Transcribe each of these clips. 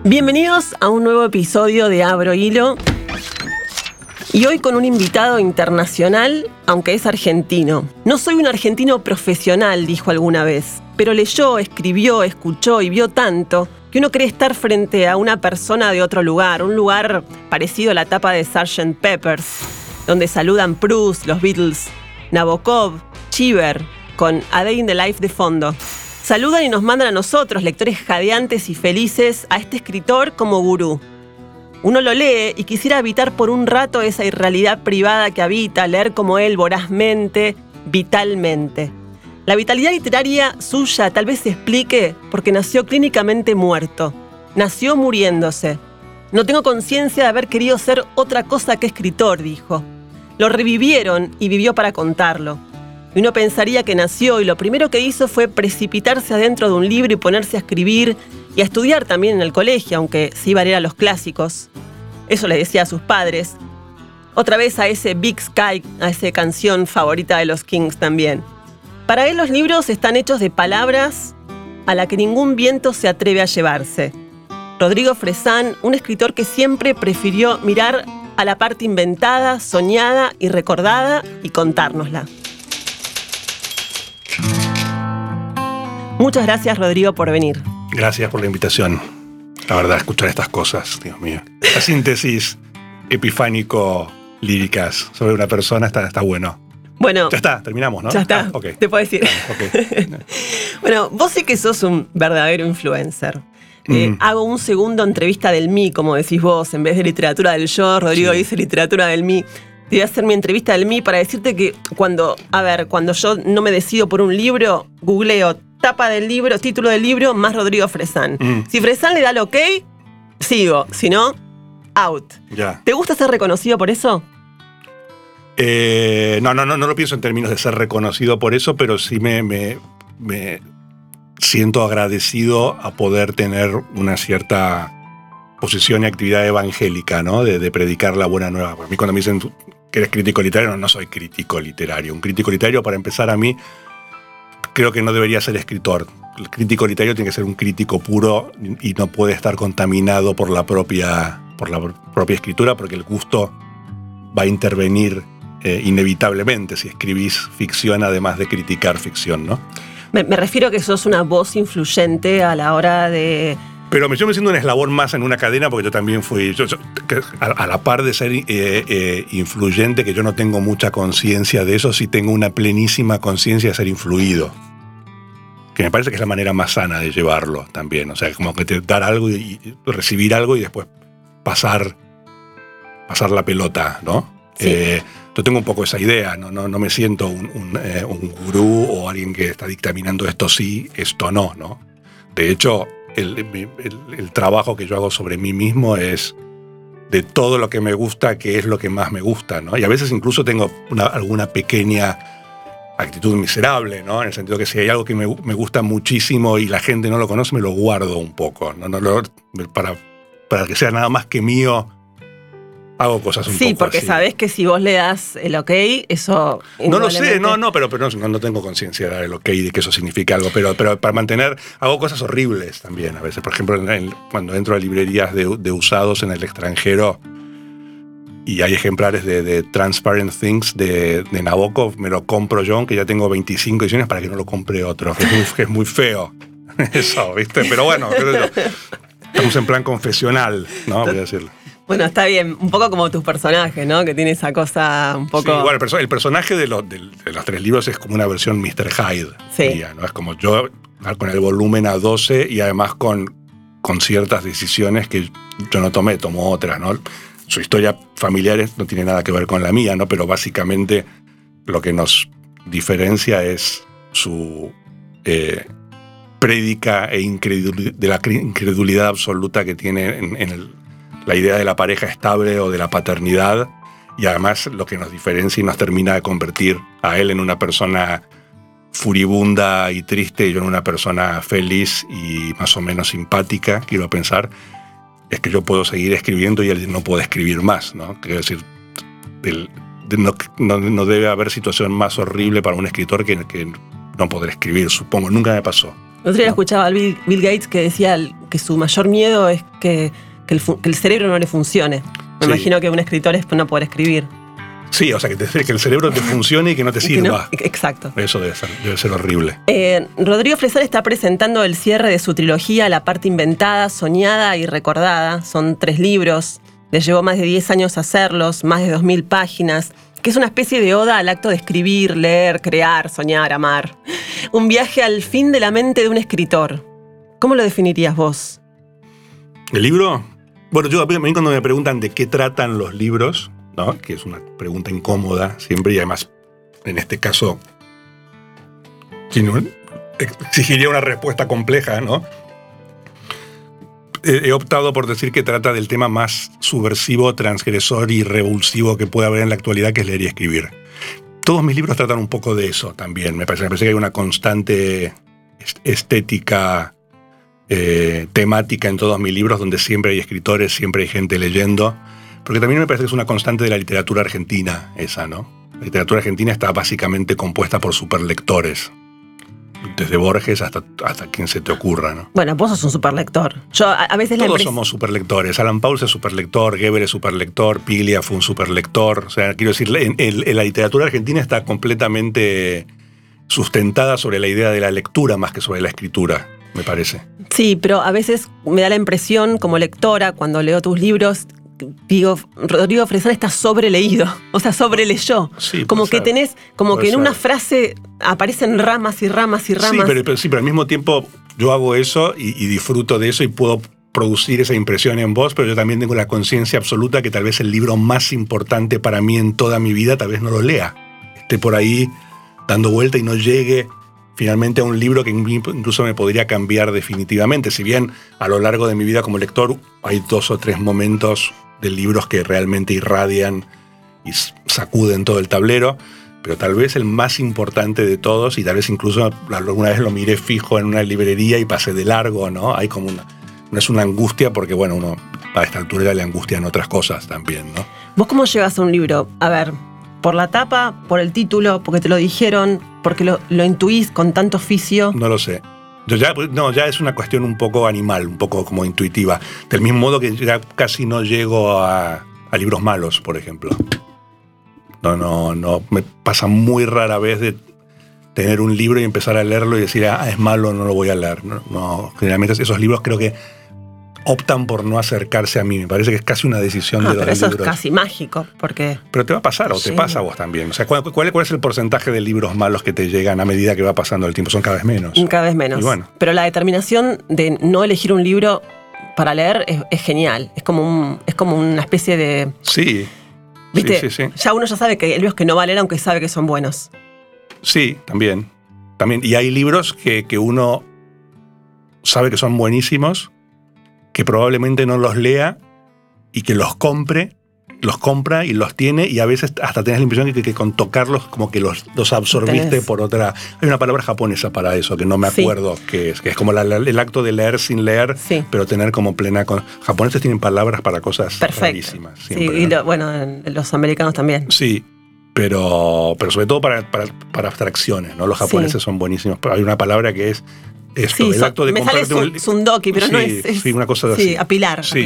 Bienvenidos a un nuevo episodio de Abro Hilo. Y hoy con un invitado internacional, aunque es argentino. No soy un argentino profesional, dijo alguna vez, pero leyó, escribió, escuchó y vio tanto que uno cree estar frente a una persona de otro lugar, un lugar parecido a la tapa de Sgt. Pepper's, donde saludan Proust, los Beatles, Nabokov, Cheever, con A Day in the Life de fondo. Saludan y nos mandan a nosotros, lectores jadeantes y felices, a este escritor como gurú. Uno lo lee y quisiera habitar por un rato esa irrealidad privada que habita, leer como él vorazmente, vitalmente. La vitalidad literaria suya tal vez se explique porque nació clínicamente muerto. Nació muriéndose. No tengo conciencia de haber querido ser otra cosa que escritor, dijo. Lo revivieron y vivió para contarlo. Y uno pensaría que nació y lo primero que hizo fue precipitarse adentro de un libro y ponerse a escribir y a estudiar también en el colegio, aunque se iba a leer a los clásicos. Eso le decía a sus padres. Otra vez a ese Big Sky, a esa canción favorita de los Kings también. Para él los libros están hechos de palabras a la que ningún viento se atreve a llevarse. Rodrigo Fresán, un escritor que siempre prefirió mirar a la parte inventada, soñada y recordada y contárnosla. Muchas gracias, Rodrigo, por venir. Gracias por la invitación. La verdad, escuchar estas cosas, Dios mío. La síntesis epifánico-líricas sobre una persona está bueno. Bueno, ya está, terminamos, ¿no? Ya está, okay. Te puedo decir. Okay. Bueno, vos sí que sos un verdadero influencer. Hago un segundo entrevista del mí, como decís vos, en vez de literatura del yo. Rodrigo dice literatura del mí. Te voy a hacer mi entrevista del mí para decirte que cuando yo no me decido por un libro, googleo tapa del libro, título del libro, más Rodrigo Fresán. Si Fresán le da el ok, sigo. Si no, out. Ya. ¿Te gusta ser reconocido por eso? No lo pienso en términos de ser reconocido por eso, pero sí me siento agradecido a poder tener una cierta posición y actividad evangélica, ¿no? De predicar la buena nueva. Para mí, cuando me dicen que eres crítico literario, no soy crítico literario. Un crítico literario, para empezar, a mí creo que no debería ser escritor. El crítico literario tiene que ser un crítico puro y no puede estar contaminado por la propia escritura, porque el gusto va a intervenir inevitablemente si escribís ficción, además de criticar ficción, ¿no? Me refiero a que sos una voz influyente a la hora de... Pero yo me siento un eslabón más en una cadena, porque yo también fui, a la par de ser influyente, que yo no tengo mucha conciencia de eso, sí tengo una plenísima conciencia de ser influido. Que me parece que es la manera más sana de llevarlo también. O sea, como que te dar algo y recibir algo y después pasar la pelota, ¿no? Sí. Yo tengo un poco esa idea, no me siento un gurú o alguien que está dictaminando esto sí, esto no, ¿no? De hecho, el trabajo que yo hago sobre mí mismo es de todo lo que me gusta, qué es lo que más me gusta, ¿no? Y a veces incluso tengo alguna pequeña actitud miserable, ¿no? En el sentido que si hay algo que me gusta muchísimo y la gente no lo conoce, me lo guardo un poco, ¿no? Para que sea nada más que mío, hago cosas un poco Sí, porque así. Sabés que si vos le das el ok, eso... No lo sé, pero no tengo conciencia de dar el ok y de que eso significa algo, pero para mantener, hago cosas horribles también a veces. Por ejemplo, cuando entro a librerías de usados en el extranjero y hay ejemplares de Transparent Things de Nabokov, me lo compro yo, aunque ya tengo 25 ediciones, para que no lo compre otro, que es muy feo eso, ¿viste? Pero bueno, estamos en plan confesional, ¿no? Voy a decirlo. Bueno, está bien, un poco como tus personajes, ¿no? Que tiene esa cosa un poco... Sí, bueno, el personaje de los 3 libros es como una versión Mr. Hyde. Sí. Diría, ¿no? Es como yo con el volumen a 12 y además con ciertas decisiones que yo no tomó otras, ¿no? Su historia familiar no tiene nada que ver con la mía, ¿no? Pero básicamente lo que nos diferencia es su prédica de la incredulidad absoluta que tiene en la idea de la pareja estable o de la paternidad, y además lo que nos diferencia y nos termina de convertir a él en una persona furibunda y triste y yo en una persona feliz y más o menos simpática, quiero pensar, es que yo puedo seguir escribiendo y él no puede escribir más, ¿no? Quiero decir, no debe haber situación más horrible para un escritor que no poder escribir, supongo. Nunca me pasó. El otro día escuchaba a Bill Gates que decía que su mayor miedo es que el cerebro no le funcione. Me imagino que un escritor es no poder escribir. Sí, o sea, que el cerebro te funcione y que no te sirva. Exacto. Eso debe ser horrible. Rodrigo Fresán está presentando el cierre de su trilogía La parte inventada, soñada y recordada. Son 3 libros. Le llevó más de 10 años hacerlos, más de 2000 páginas, que es una especie de oda al acto de escribir, leer, crear, soñar, amar. Un viaje al fin de la mente de un escritor. ¿Cómo lo definirías vos? ¿El libro? Bueno, a mí cuando me preguntan de qué tratan los libros, ¿no? Que es una pregunta incómoda siempre, y además, en este caso, exigiría una respuesta compleja, ¿no? He optado por decir que trata del tema más subversivo, transgresor y revulsivo que puede haber en la actualidad, que es leer y escribir. Todos mis libros tratan un poco de eso también. Me parece que hay una constante estética, temática en todos mis libros, donde siempre hay escritores, siempre hay gente leyendo. Porque también me parece que es una constante de la literatura argentina esa, ¿no? La literatura argentina está básicamente compuesta por superlectores. Desde Borges hasta quien se te ocurra, ¿no? Bueno, vos sos un superlector. Yo a veces Todos somos superlectores. Alan Pauls es superlector, Geber es superlector, Piglia fue un superlector. O sea, quiero decir, en la literatura argentina está completamente sustentada sobre la idea de la lectura más que sobre la escritura, me parece. Sí, pero a veces me da la impresión, como lectora, cuando leo tus libros, digo, Rodrigo Fresán está sobreleído, o sea, sobreleyó. Sí, como que tenés, como que en una frase aparecen ramas y ramas y ramas. Sí, pero al mismo tiempo yo hago eso y disfruto de eso y puedo producir esa impresión en vos, pero yo también tengo la conciencia absoluta que tal vez el libro más importante para mí en toda mi vida tal vez no lo lea. Esté por ahí dando vuelta y no llegue finalmente a un libro que incluso me podría cambiar definitivamente. Si bien a lo largo de mi vida como lector hay 2 o 3 momentos de libros que realmente irradian y sacuden todo el tablero, pero tal vez el más importante de todos, y tal vez incluso alguna vez lo miré fijo en una librería y pasé de largo, ¿no? Hay como no es una angustia, porque bueno, uno a esta altura le angustian otras cosas también, ¿no? ¿Vos cómo llegas a un libro? A ver, ¿por la tapa, por el título, porque te lo dijeron, porque lo intuís con tanto oficio? No lo sé. Ya es una cuestión un poco animal, un poco como intuitiva. Del mismo modo que ya casi no llego a libros malos, por ejemplo. No, me pasa muy rara vez de tener un libro y empezar a leerlo y decir, es malo, no lo voy a leer. No, generalmente esos libros creo que optan por no acercarse a mí. Me parece que es casi una decisión de los libros. Pero eso es casi mágico, porque... Pero te va a pasar, o te pasa a vos también. O sea, ¿cuál es el porcentaje de libros malos que te llegan a medida que va pasando el tiempo? Son cada vez menos. Cada vez menos. Y bueno. Pero la determinación de no elegir un libro para leer es genial. Es como una especie de... Sí. ¿Viste? Sí. Ya uno ya sabe que hay libros que no va a leer, aunque sabe que son buenos. Sí, también. Y hay libros que uno sabe que son buenísimos, que probablemente no los lea y que los compra y los tiene, y a veces hasta tenés la impresión que con tocarlos como que los absorbiste por otra... Hay una palabra japonesa para eso, que no me acuerdo qué es, que es como el acto de leer sin leer, pero tener como plena... Japoneses tienen palabras para cosas rarísimas. Siempre, sí, y ¿no? Los americanos también. Sí, pero sobre todo para abstracciones, ¿no? Los japoneses son buenísimos. Pero hay una palabra que es esto, el acto de comprarte un... Sundoki, pero no es... Sí, una cosa así. Sí, apilar. Sí.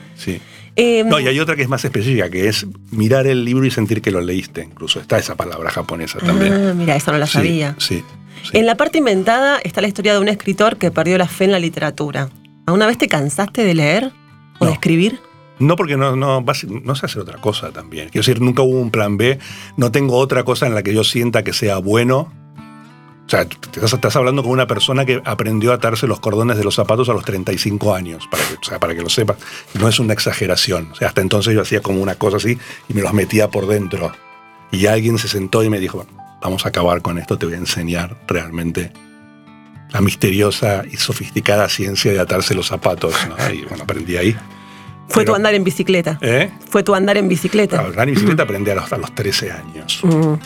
No, y hay otra que es más específica, que es mirar el libro y sentir que lo leíste. Incluso está esa palabra japonesa también. Mira, esa no la sabía. Sí. En La parte inventada está la historia de un escritor que perdió la fe en la literatura. ¿Alguna vez te cansaste de leer o de escribir? No, porque no sé hacer otra cosa también. Quiero decir, nunca hubo un plan B. No tengo otra cosa en la que yo sienta que sea bueno. O sea, estás hablando con una persona que aprendió a atarse los cordones de los zapatos a los 35 años, para que lo sepas. No es una exageración. O sea, hasta entonces yo hacía como una cosa así y me los metía por dentro. Y alguien se sentó y me dijo, vamos a acabar con esto, te voy a enseñar realmente la misteriosa y sofisticada ciencia de atarse los zapatos, ¿no? Y bueno, aprendí ahí. ¿Fue tu andar en bicicleta? ¿Fue tu andar en bicicleta? Andar en bicicleta aprendí hasta los 13 años.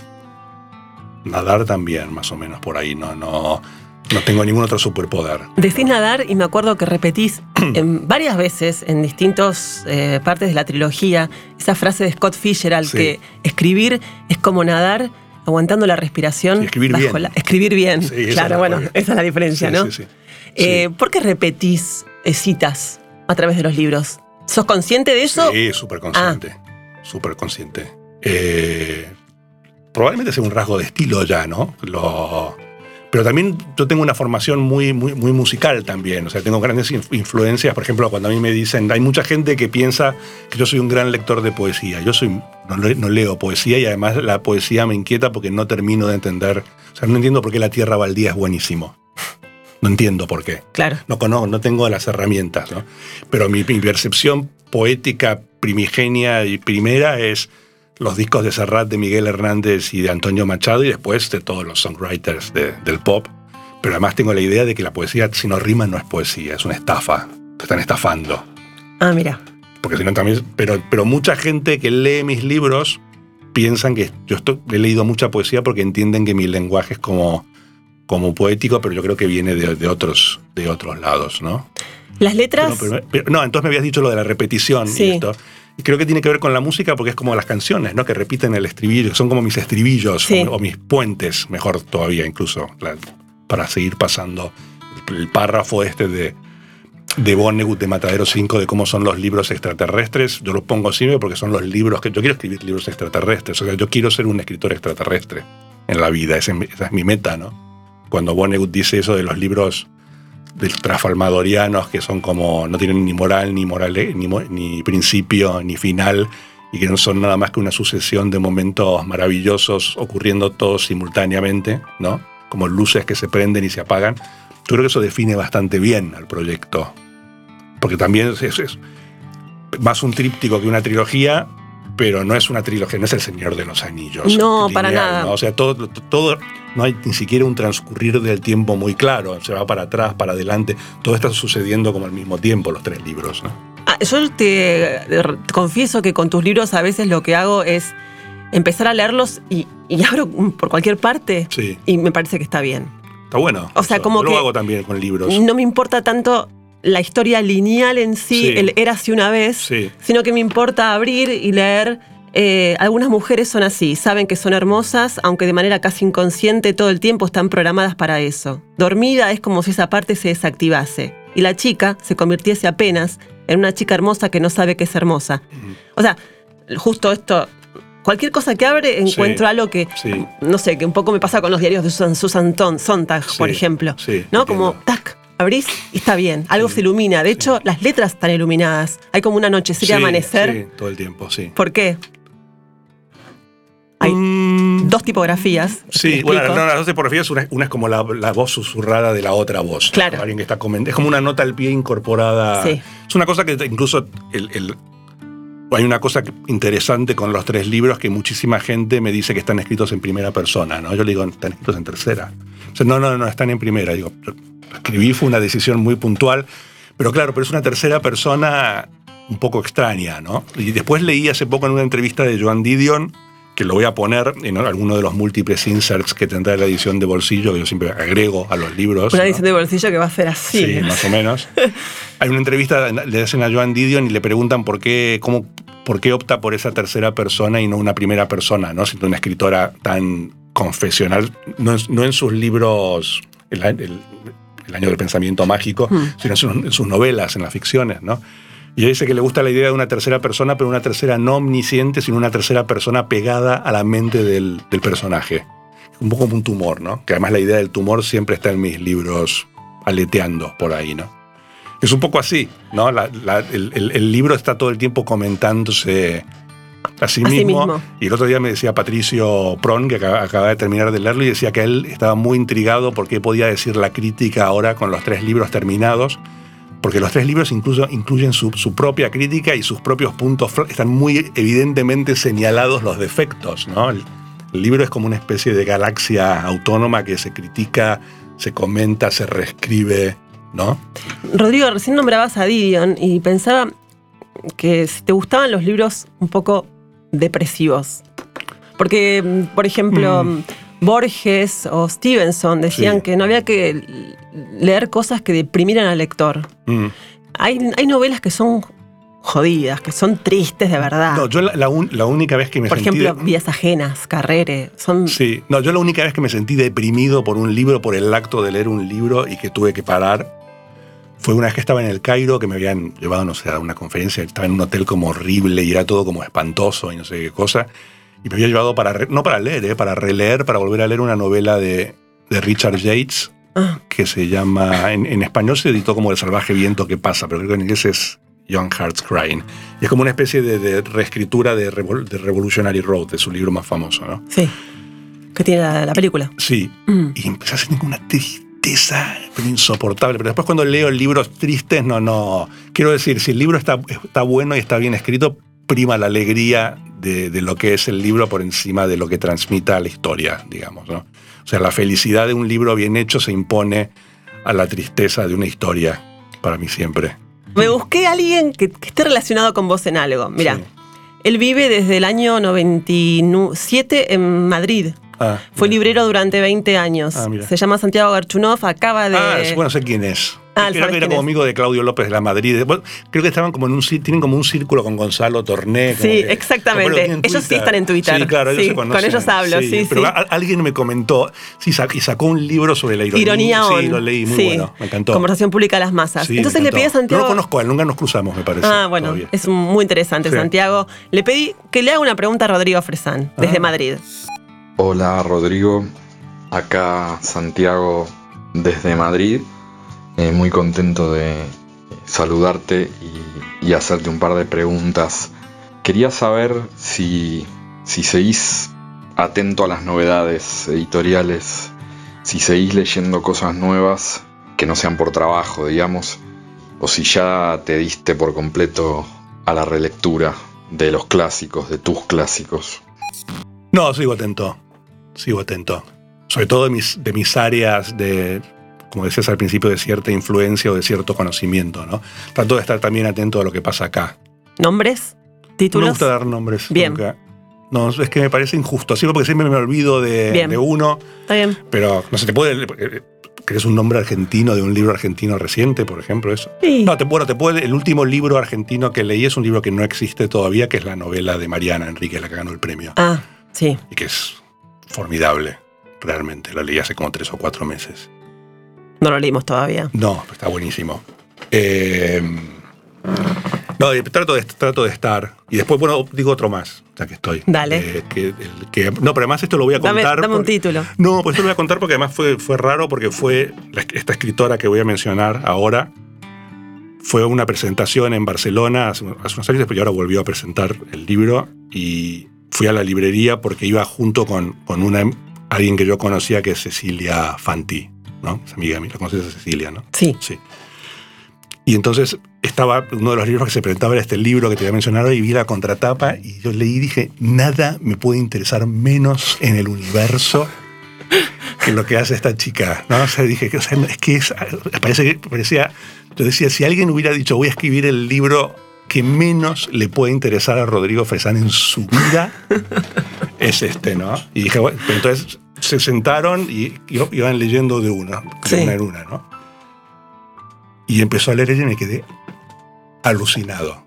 Nadar también, más o menos por ahí. No tengo ningún otro superpoder. Decís nadar y me acuerdo que repetís varias veces en distintas partes de la trilogía esa frase de Scott Fitzgerald, que escribir es como nadar aguantando la respiración. Sí, escribir bien. Escribir bien, sí, claro, bueno, esa es la diferencia, ¿no? Sí. ¿Por qué repetís citas a través de los libros. ¿Sos consciente de eso? Sí, súper consciente. Súper consciente. Probablemente sea un rasgo de estilo ya, ¿no? Pero también yo tengo una formación muy musical también. O sea, tengo grandes influencias. Por ejemplo, cuando a mí me dicen... Hay mucha gente que piensa que yo soy un gran lector de poesía. Yo no leo poesía y además la poesía me inquieta porque no termino de entender... O sea, no entiendo por qué La Tierra Baldía es buenísimo. No entiendo por qué. Claro. No tengo las herramientas, ¿no? Pero mi percepción poética primigenia y primera es los discos de Serrat, de Miguel Hernández y de Antonio Machado, y después de todos los songwriters del pop. Pero además tengo la idea de que la poesía, si no rima, no es poesía, es una estafa. Te están estafando. Ah, mira. Porque si no también... Pero mucha gente que lee mis libros piensan que he leído mucha poesía porque entienden que mi lenguaje es como poético, pero yo creo que viene de otros lados, ¿no? Las letras... No, entonces me habías dicho lo de la repetición sí. Y esto. Y creo que tiene que ver con la música porque es como las canciones, ¿no? Que repiten el estribillo, son como mis estribillos, sí. o mis puentes, mejor todavía incluso, para seguir pasando el párrafo de Vonnegut de Matadero 5 de cómo son los libros extraterrestres. Yo los pongo así porque son los libros que... Yo quiero escribir libros extraterrestres, o sea, yo quiero ser un escritor extraterrestre en la vida, esa es mi meta, ¿no? Cuando Vonnegut dice eso de los libros trasfalmadorianos que son como no tienen ni moral, ni principio, ni final, y que no son nada más que una sucesión de momentos maravillosos ocurriendo todos simultáneamente, ¿no? Como luces que se prenden y se apagan. Yo creo que eso define bastante bien al proyecto. Porque también es más un tríptico que una trilogía, pero no es una trilogía, no es El Señor de los Anillos. No, lineal, para nada. ¿no? O sea, todo, no hay ni siquiera un transcurrir del tiempo muy claro. Se va para atrás, para adelante. Todo está sucediendo como al mismo tiempo, los 3 libros, ¿no? Yo te confieso que con tus libros a veces lo que hago es empezar a leerlos y abro por cualquier parte, sí. Y me parece que está bien. Está bueno. O sea, como yo que lo hago también con libros. No me importa tanto la historia lineal en sí, el érase una vez, sí. Sino que me importa abrir y leer. Algunas mujeres son así, saben que son hermosas, aunque de manera casi inconsciente todo el tiempo están programadas para eso. Dormida es como si esa parte se desactivase y la chica se convirtiese apenas en una chica hermosa que no sabe que es hermosa. O sea, justo esto, cualquier cosa que abre encuentro algo que, no sé, que un poco me pasa con los diarios de Susan Sontag, por ejemplo. Sí, ¿no? Como, tac, abrís y está bien, algo se ilumina. De hecho, las letras están iluminadas. Hay como una nochecita de amanecer. Sí, todo el tiempo, sí. ¿Por qué? Hay 2 tipografías. Sí, bueno, las 2 tipografías, una es como la voz susurrada de la otra voz. Claro. Alguien que está comentando. Es como una nota al pie incorporada. Sí. Es una cosa que incluso hay una cosa interesante con los 3 libros que muchísima gente me dice que están escritos en primera persona, ¿no? Yo le digo, están escritos en tercera. O sea, no, están en primera. Digo, escribí, fue una decisión muy puntual, pero claro, es una tercera persona un poco extraña, ¿no? Y después leí hace poco en una entrevista de Joan Didion, que lo voy a poner en alguno de los múltiples inserts que tendrá la edición de bolsillo, que yo siempre agrego a los libros. Una edición de bolsillo que va a ser así. Sí, más o menos. Hay una entrevista, le hacen a Joan Didion y le preguntan por qué opta por esa tercera persona y no una primera persona, ¿no? Siendo una escritora tan confesional, no en sus libros, el año del pensamiento mágico, sino en sus novelas, en las ficciones, ¿no? Y ella dice que le gusta la idea de una tercera persona, pero una tercera no omnisciente, sino una tercera persona pegada a la mente del personaje. Un poco como un tumor, ¿no? Que además la idea del tumor siempre está en mis libros aleteando por ahí, ¿no? Es un poco así, ¿no? El libro está todo el tiempo comentándose a sí mismo. Y el otro día me decía Patricio Pron, que acaba de terminar de leerlo, y decía que él estaba muy intrigado por qué podía decir la crítica ahora con los 3 libros terminados, porque los 3 libros incluso incluyen su propia crítica y sus propios puntos, están muy evidentemente señalados los defectos, ¿no? El libro es como una especie de galaxia autónoma que se critica, se comenta, se reescribe, ¿no? Rodrigo, recién nombrabas a Didion y pensaba que si te gustaban los libros un poco depresivos. Porque, por ejemplo, Borges o Stevenson decían que no había que leer cosas que deprimieran al lector. Hay novelas que son jodidas, que son tristes de verdad. No, yo la única vez que me sentí... Por ejemplo, Vidas Ajenas, Carrere, son... Sí, no, yo la única vez que me sentí deprimido por un libro, por el acto de leer un libro y que tuve que parar, fue una vez que estaba en el Cairo, que me habían llevado, no sé, a una conferencia, estaba en un hotel como horrible y era todo como espantoso y no sé qué cosa. Y me había llevado no para leer, para releer, para volver a leer una novela de Richard Yates, que se llama, en español se editó como El salvaje viento que pasa, pero creo que en inglés es Young Hearts Crying. Y es como una especie de reescritura de Revolutionary Road, de su libro más famoso, ¿no? Sí. Que tiene la película. Sí. Y empecé a sentir una tristeza pero insoportable. Pero después cuando leo libros tristes, no. Quiero decir, si el libro está bueno y está bien escrito, prima la alegría de lo que es el libro por encima de lo que transmita la historia, digamos, ¿no? O sea, la felicidad de un libro bien hecho se impone a la tristeza de una historia, para mí siempre. Me busqué a alguien que esté relacionado con vos en algo. Mirá, sí. Él vive desde el año 97 en Madrid. Fue librero durante 20 años. Se llama Santiago Garchunov, acaba de... Bueno, sé quién es. Creo que era como amigo de Claudio López de la Madrid. Bueno, creo que estaban como tienen como un círculo con Gonzalo Torné. Sí, exactamente. Ellos sí están en Twitter. Sí, claro, ellos se conocen. Con ellos hablo, sí. Pero alguien me comentó, y sacó un libro sobre la ironía. Ironía Sí, lo leí, muy bueno, me encantó. Conversación pública a las masas. Sí, entonces le pedí a Santiago... No lo conozco a él, nunca nos cruzamos, me parece. Bueno, todavía. Es muy interesante, sí. Santiago. Le pedí que le haga una pregunta a Rodrigo Fresán, desde Madrid. Hola, Rodrigo. Acá Santiago desde Madrid. Muy contento de saludarte y hacerte un par de preguntas. Quería saber si seguís atento a las novedades editoriales, si seguís leyendo cosas nuevas que no sean por trabajo, digamos, o si ya te diste por completo a la relectura de los clásicos, de tus clásicos. No, sigo atento. Sobre todo de mis áreas de, como decías al principio, de cierta influencia o de cierto conocimiento, ¿no? Trato de estar también atento a lo que pasa acá. ¿Nombres? ¿Títulos? No me gusta dar nombres. Bien. Nunca. No, es que me parece injusto. Así porque siempre me olvido de uno. Está bien. Pero no sé, te puede... ¿Querés un nombre argentino de un libro argentino reciente, por ejemplo? Eso. Sí. No, te puede. El último libro argentino que leí es un libro que no existe todavía, que es la novela de Mariana Enríquez, la que ganó el premio. Sí. Y que es formidable, realmente. La leí hace como 3 o 4 meses. No lo leímos todavía. No, está buenísimo. Trato de estar. Y después, bueno, digo otro más, ya que estoy. Dale. No, pero además esto lo voy a contar. Dame un título. No, pues esto lo voy a contar porque además fue raro, porque fue esta escritora que voy a mencionar ahora. Fue una presentación en Barcelona hace unos años, después y ahora volvió a presentar el libro. Y fui a la librería porque iba junto con alguien que yo conocía, que es Cecilia Fanti, ¿no? Es amiga mía, la conoces a Cecilia, ¿no? Sí. Y entonces estaba uno de los libros que se presentaba, era este libro que te voy a mencionar hoy, y vi la contratapa y yo leí y dije, nada me puede interesar menos en el universo que lo que hace esta chica, ¿no? O sea, dije, parecía, yo decía, si alguien hubiera dicho, voy a escribir el libro que menos le puede interesar a Rodrigo Fresán en su vida, es este, ¿no? Y dije, bueno, entonces se sentaron y iban leyendo de una en una, ¿no? Y empezó a leer ella y me quedé alucinado.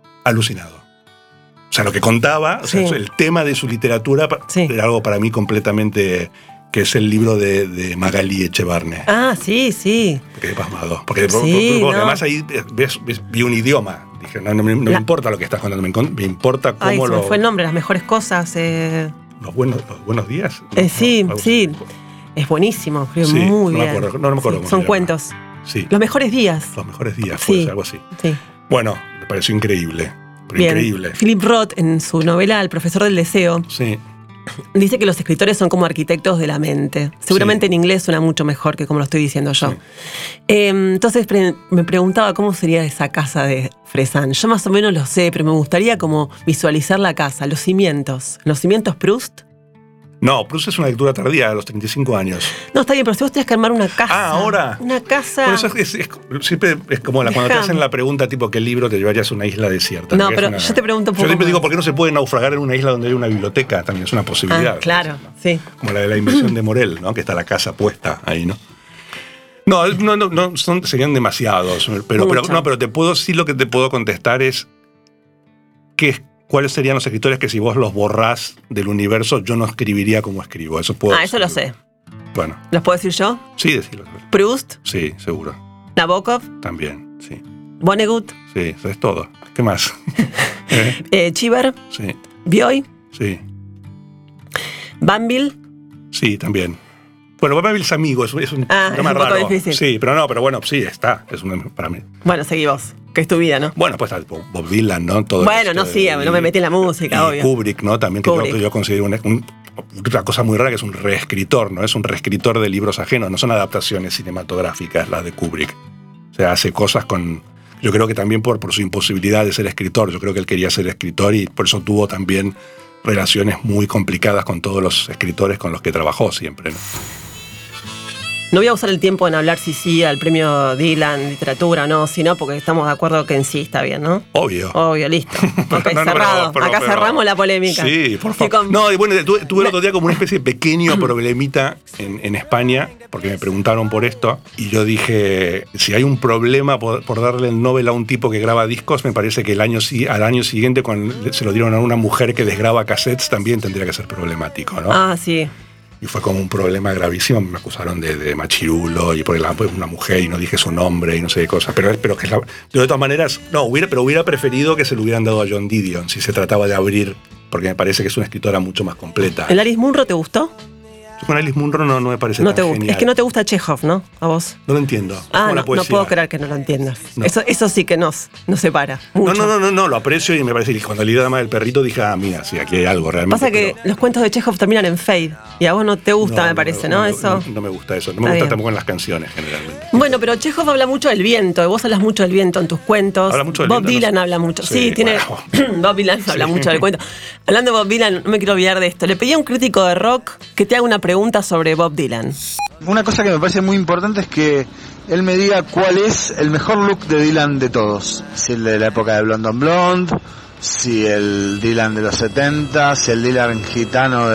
O sea, lo que contaba, o sea, el tema de su literatura era algo para mí completamente... que es el libro de Magalí Echevarne. Sí. Me quedé pasmado. Porque además ahí vi un idioma. Dije, no me importa lo que estás contando, me importa cómo se me fue el nombre, Las mejores cosas. Los buenos días. Sí. Es buenísimo, creo, muy bien. No me acuerdo. Son cuentos. Sí. Los mejores días. Los mejores días, puede ser algo así. Sí. Bueno, me pareció increíble. Increíble. Philip Roth, en su novela El profesor del deseo, dice que los escritores son como arquitectos de la mente. Seguramente en inglés suena mucho mejor que como lo estoy diciendo yo. Sí. Entonces me preguntaba cómo sería esa casa de Fresán. Yo más o menos lo sé, pero me gustaría como visualizar la casa, los cimientos. ¿Los cimientos Proust? No, Proust es una lectura tardía, a los 35 años. No, está bien, pero si vos tenés que armar una casa. ¿Ahora? Una casa... Por eso siempre es como cuando te hacen la pregunta tipo, ¿qué libro te llevarías a una isla desierta? No, pero yo te pregunto un poco Yo siempre más. digo, ¿por qué no se puede naufragar en una isla donde hay una biblioteca? También es una posibilidad. Claro, sí. Como la de La invención de Morel, ¿no? Que está la casa puesta ahí, ¿no? No, serían demasiados. Pero lo que te puedo contestar es ¿cuáles serían los escritores que si vos los borrás del universo yo no escribiría como escribo? Eso lo sé. Bueno. ¿Los puedo decir yo? Sí, decirlo. ¿Proust? Sí, seguro. Nabokov. También, sí. Vonnegut. Sí, eso es todo. ¿Qué más? Cheever. Sí, Bioy. sí. Banville. Sí, también. Bueno, Banville es amigo, es un es tema un poco raro. difícil. Sí, pero bueno, sí, está. Es para mí. Bueno, seguí vos, que es tu vida, ¿no? Bueno, pues Bob Dylan, ¿no? Todo Bueno, esto no, sí, no me metí en la música, y obvio. Kubrick, ¿no? También que Kubrick. yo considero una cosa muy rara, que es un reescritor, ¿no? Es un reescritor de libros ajenos, no son adaptaciones cinematográficas las de Kubrick. O sea, hace cosas con... Yo creo que también por su imposibilidad de ser escritor, yo creo que él quería ser escritor y por eso tuvo también relaciones muy complicadas con todos los escritores con los que trabajó siempre, ¿no? No voy a usar el tiempo en hablar si sí al premio Dylan, literatura o no, sino porque estamos de acuerdo que en sí está bien, ¿no? Obvio. Obvio, listo. Ok, No, cerrado. pero- Acá cerramos la polémica. Sí, por Sí, favor. No, y bueno, tuve el otro día como una especie de pequeño problemita en España, porque me preguntaron por esto, y yo dije, si hay un problema por darle el Nobel a un tipo que graba discos, me parece que al año siguiente, cuando se lo dieron a una mujer que desgraba cassettes, también tendría que ser problemático, ¿no? Ah, sí. Y fue como un problema gravísimo, me acusaron de machirulo y por una mujer y no dije su nombre y no sé qué cosas. Pero que yo de todas maneras, hubiera preferido que se lo hubieran dado a John Didion si se trataba de abrir, porque me parece que es una escritora mucho más completa. ¿El Alice Munro te gustó? Yo con Alice Munro no me parece No tan te gusta. genial. Es que no te gusta Chekhov, ¿no? A vos. No lo entiendo. Ah, Como la no poesía. puedo creer que no lo entiendas. No. Eso sí que nos separa. Mucho. No, lo aprecio y me parece que cuando leí la dama del perrito dije, mira, sí, aquí hay algo realmente. Pasa que pero los cuentos de Chekhov terminan en fade. Y a vos no te gusta, me parece, ¿no? Eso. No me gusta eso. No Está me gusta bien. tampoco en las canciones, generalmente. Bueno, pero Chekhov habla mucho del viento, y vos hablas mucho del viento en tus cuentos. Habla mucho del Bob viento, Dylan no sé. habla mucho. Sí, Sí, tiene. bueno. Bob Dylan habla mucho del cuento. Hablando de Bob Dylan, no me quiero olvidar de esto. Le pedí a un crítico de rock que te haga una pregunta sobre Bob Dylan. Una cosa que me parece muy importante es que él me diga cuál es el mejor look de Dylan de todos. Si el de la época de Blonde on Blonde, si el Dylan de los 70, si el Dylan gitano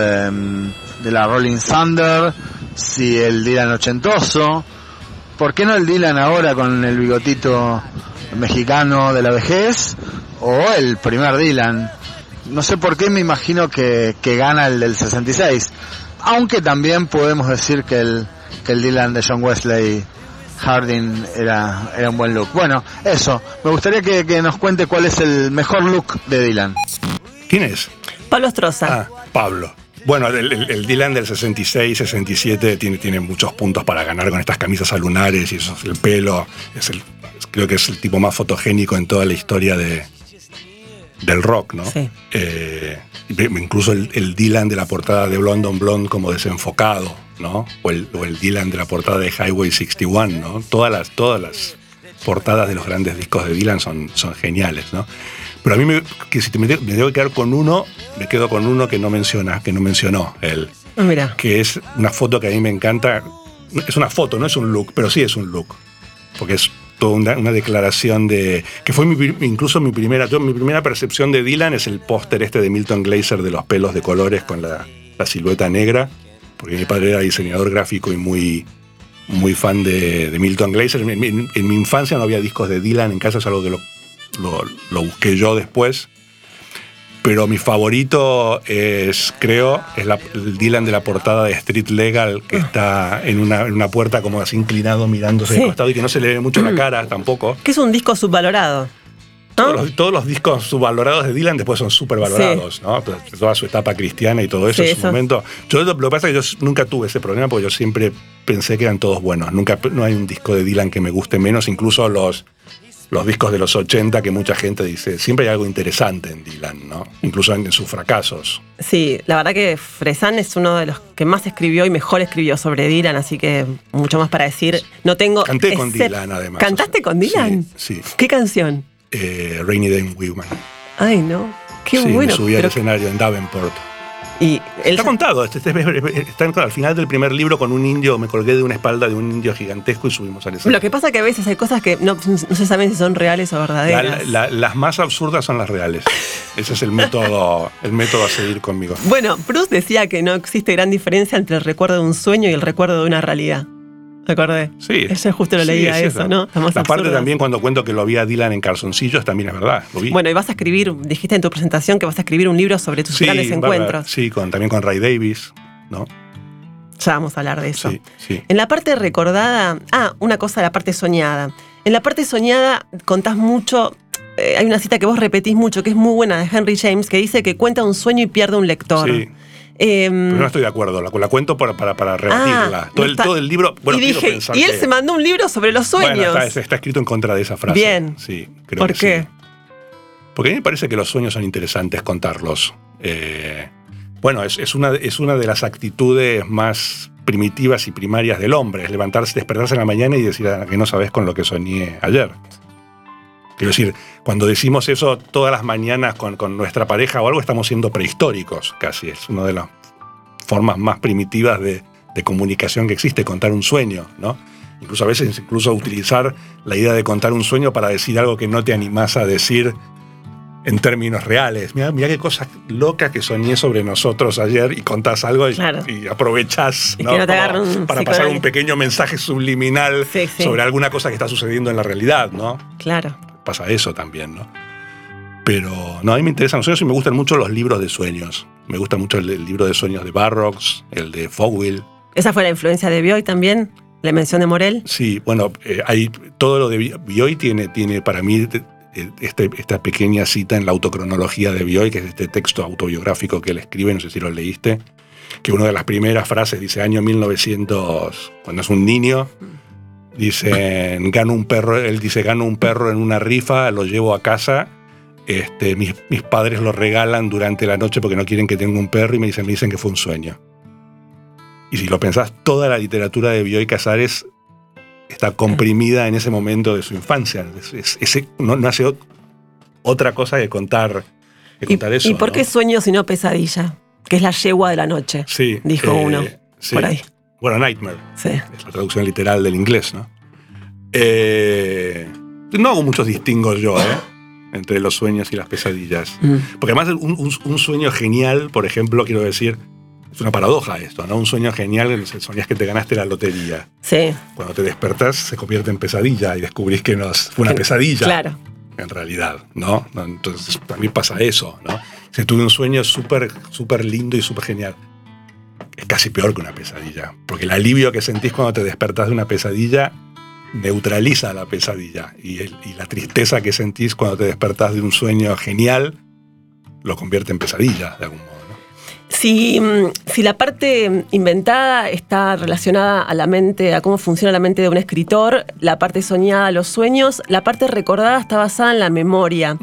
de la Rolling Thunder, si el Dylan ochentoso. ¿Por qué no el Dylan ahora con el bigotito mexicano de la vejez? O el primer Dylan. No sé por qué me imagino que gana el del 66. Aunque también podemos decir que el Dylan de John Wesley Harding era un buen look. Bueno, eso. Me gustaría que nos cuente cuál es el mejor look de Dylan. ¿Quién es? Pablo Astroza. Pablo. Bueno, el Dylan del 66, 67 tiene muchos puntos para ganar con estas camisas alunares y eso, el pelo. Creo que es el tipo más fotogénico en toda la historia del rock, ¿no? Sí. Incluso el Dylan de la portada de Blonde on Blonde como desenfocado, ¿no? O el Dylan de la portada de Highway 61, ¿no? Todas las portadas de los grandes discos de Dylan son geniales, ¿no? Pero a mí, si me tengo que quedar con uno, me quedo con uno que no mencionó él. Mira. Que es una foto que a mí me encanta. Es una foto, no es un look, pero sí es un look. Porque es toda una declaración que fue incluso mi primera percepción de Dylan es el póster de Milton Glaser de los pelos de colores con la silueta negra, porque mi padre era diseñador gráfico y muy, muy fan de Milton Glaser. En mi infancia no había discos de Dylan en casa, es algo que lo busqué yo después. Pero mi favorito es el Dylan de la portada de Street Legal, que está en una puerta como así inclinado mirándose de costado y que no se le ve mucho la cara tampoco. Que es un disco subvalorado, ¿no? Todos los discos subvalorados de Dylan después son súper valorados, Sí. ¿no? Toda su etapa cristiana y todo eso Sí, en su eso. momento. Lo que pasa es que yo nunca tuve ese problema porque yo siempre pensé que eran todos buenos. No hay un disco de Dylan que me guste menos, incluso los discos de los 80 que mucha gente dice, siempre hay algo interesante en Dylan, ¿no? Incluso en sus fracasos. Sí, la verdad que Fresán es uno de los que más escribió y mejor escribió sobre Dylan, así que mucho más para decir. No tengo. Canté con Dylan, además. ¿Cantaste con Dylan? Sí. ¿Qué canción? Rainy Day in Women. Ay, no. Qué Sí, bueno. me subí al pero- escenario en Davenport. Y él Está contado, está al final del primer libro con un indio, me colgué de una espalda de un indio gigantesco y subimos al escenario. Lo que pasa es que a veces hay cosas que no se saben si son reales o verdaderas. Las más absurdas son las reales. Ese es el método a seguir conmigo. Bueno, Proust decía que no existe gran diferencia entre el recuerdo de un sueño y el recuerdo de una realidad. ¿Te acordé? Sí. Eso justo lo Sí, leía es eso, ¿no? La parte también cuando cuento que lo vi a Dylan en calzoncillos también es verdad, lo vi. Bueno, y vas a escribir, dijiste en tu presentación que vas a escribir un libro sobre tus grandes encuentros. Sí, también con Ray Davies, ¿no? Ya vamos a hablar de eso. Sí, sí. En la parte recordada... una cosa, la parte soñada. En la parte soñada contás mucho... hay una cita que vos repetís mucho, que es muy buena, de Henry James, que dice que cuenta un sueño y pierde un lector. Sí. Pero no estoy de acuerdo, la cuento para rebatirla. Todo el libro... Bueno, y dije, y él se mandó un libro sobre los sueños. Bueno, está escrito en contra de esa frase. Bien. Sí, creo ¿Por que qué? sí. Porque a mí me parece que los sueños son interesantes contarlos. Bueno, es una de las actitudes más primitivas y primarias del hombre, es levantarse, despertarse en la mañana y decir que no sabes con lo que soñé ayer. Quiero decir, cuando decimos eso todas las mañanas con nuestra pareja o algo, estamos siendo prehistóricos casi. Es una de las formas más primitivas de comunicación que existe, contar un sueño, ¿no? Incluso a veces utilizar la idea de contar un sueño para decir algo que no te animás a decir en términos reales. Mirá qué cosas locas que soñé sobre nosotros ayer, y contás algo y aprovechás, ¿no? Para pasar un pequeño mensaje subliminal sobre alguna cosa que está sucediendo en la realidad, ¿no? Claro. Pasa eso también, ¿no? Pero no, a mí me interesan los sueños y me gustan mucho los libros de sueños. Me gusta mucho el libro de sueños de Burroughs, el de Fogwill. ¿Esa fue la influencia de Bioy también? ¿La mención de Morel? Sí, bueno, todo lo de Bioy tiene para mí esta pequeña cita en la autocronología de Bioy, que es este texto autobiográfico que él escribe, no sé si lo leíste, que una de las primeras frases dice, año 1900, cuando es un niño, dicen, gano un perro en una rifa, lo llevo a casa, mis padres lo regalan durante la noche porque no quieren que tenga un perro y me dicen que fue un sueño. Y si lo pensás, toda la literatura de Bioy Casares está comprimida en ese momento de su infancia. No hace otra cosa que contar eso. ¿Y por qué sueño si no pesadilla? Que es la yegua de la noche, sí, dijo uno, sí. Por ahí. Bueno, Nightmare, sí. Es la traducción literal del inglés, ¿no? No hago muchos distingos yo, entre los sueños y las pesadillas. Porque además un sueño genial, por ejemplo, quiero decir, es una paradoja esto, ¿no? Un sueño genial, soñás que te ganaste la lotería. Sí. Cuando te despertás se convierte en pesadilla y descubrís que fue una pesadilla. Claro. En realidad, ¿no? Entonces también pasa eso, ¿no? Si tuve un sueño súper lindo y súper genial, es casi peor que una pesadilla. Porque el alivio que sentís cuando te despertás de una pesadilla neutraliza la pesadilla. Y la tristeza que sentís cuando te despertás de un sueño genial lo convierte en pesadilla, de algún modo. Si la parte inventada está relacionada a la mente, a cómo funciona la mente de un escritor, la parte soñada, los sueños, la parte recordada está basada en la memoria.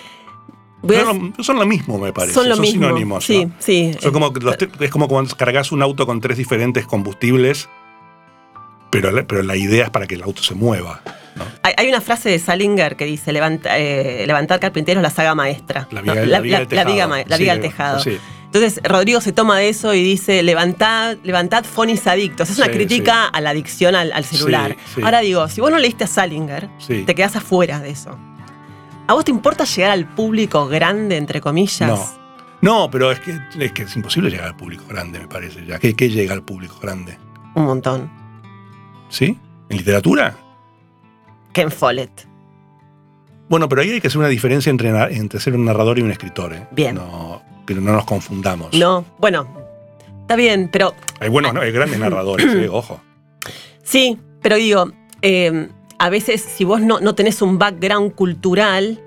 Son lo mismo, me parece. Son mismo. Sinónimos. Sí, ¿no? sí. Es como cuando cargas un auto con 3 diferentes combustibles, pero la idea es para que el auto se mueva, ¿no? Hay una frase de Salinger que dice, levantar carpinteros, la saga maestra. La viga del tejado. Sí. Entonces Rodrigo se toma de eso y dice, levantad fonis adictos. Es una crítica a la adicción al celular. Sí. Ahora digo, si vos no leíste a Salinger, te quedás afuera de eso. ¿A vos te importa llegar al público grande, entre comillas? No, pero es que es imposible llegar al público grande, me parece ya. ¿Qué llega al público grande? Un montón. ¿Sí? ¿En literatura? Ken Follett. Bueno, pero ahí hay que hacer una diferencia entre ser un narrador y un escritor, ¿eh? Bien. Pero no nos confundamos. No, bueno, está bien, pero... Hay grandes narradores, ojo. Sí, pero digo, a veces si vos no tenés un background cultural,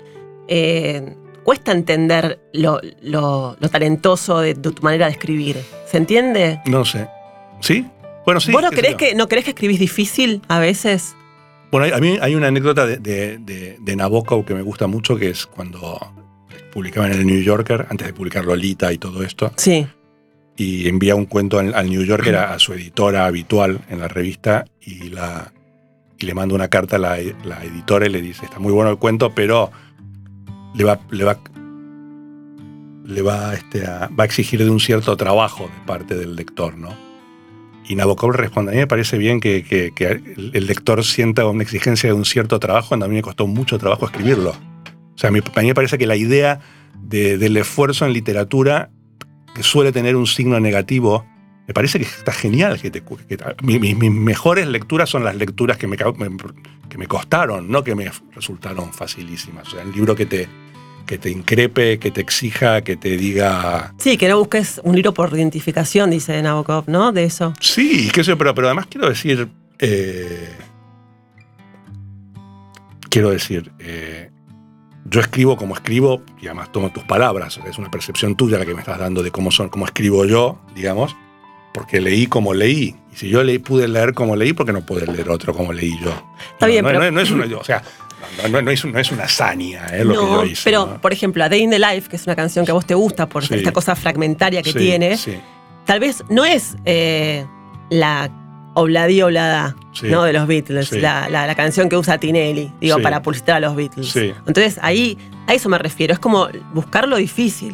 cuesta entender lo talentoso de tu manera de escribir. ¿Se entiende? No sé. ¿Sí? Bueno, sí. ¿Vos no creés que escribís difícil a veces? Bueno, a mí hay una anécdota de Nabokov que me gusta mucho, que es cuando publicaba en el New Yorker, antes de publicar Lolita y todo esto. Sí. Y envía un cuento al New Yorker, a su editora habitual en la revista, y le manda una carta a la editora y le dice, está muy bueno el cuento, pero va a exigir de un cierto trabajo de parte del lector, ¿no? Y Nabokov responde, a mí me parece bien que el lector sienta una exigencia de un cierto trabajo, cuando a mí me costó mucho trabajo escribirlo. O sea, a mí me parece que la idea del esfuerzo en literatura, que suele tener un signo negativo, me parece que está genial. Mis mejores lecturas son las lecturas que me costaron, no que me resultaron facilísimas. O sea, el libro que que te increpe, que te exija, que te diga... Sí, que no busques un libro por identificación, dice Nabokov, ¿no? De eso. Sí, qué sé yo, pero además quiero decir... yo escribo como escribo, y además tomo tus palabras, es una percepción tuya la que me estás dando de cómo escribo yo, digamos, porque leí como leí. Y si yo pude leer como leí, ¿por qué no puedo leer otro como leí yo? Está bien, pero... No es una... O sea, no es una hazaña lo que yo hice. Pero, ¿no? Por ejemplo, A Day in the Life, que es una canción que a vos te gusta por esta cosa fragmentaria que tiene, tal vez no es la Obladi Oblada, ¿no? De los Beatles, la canción que usa Tinelli, para publicitar a los Beatles. Sí. Entonces, a eso me refiero. Es como buscar lo difícil.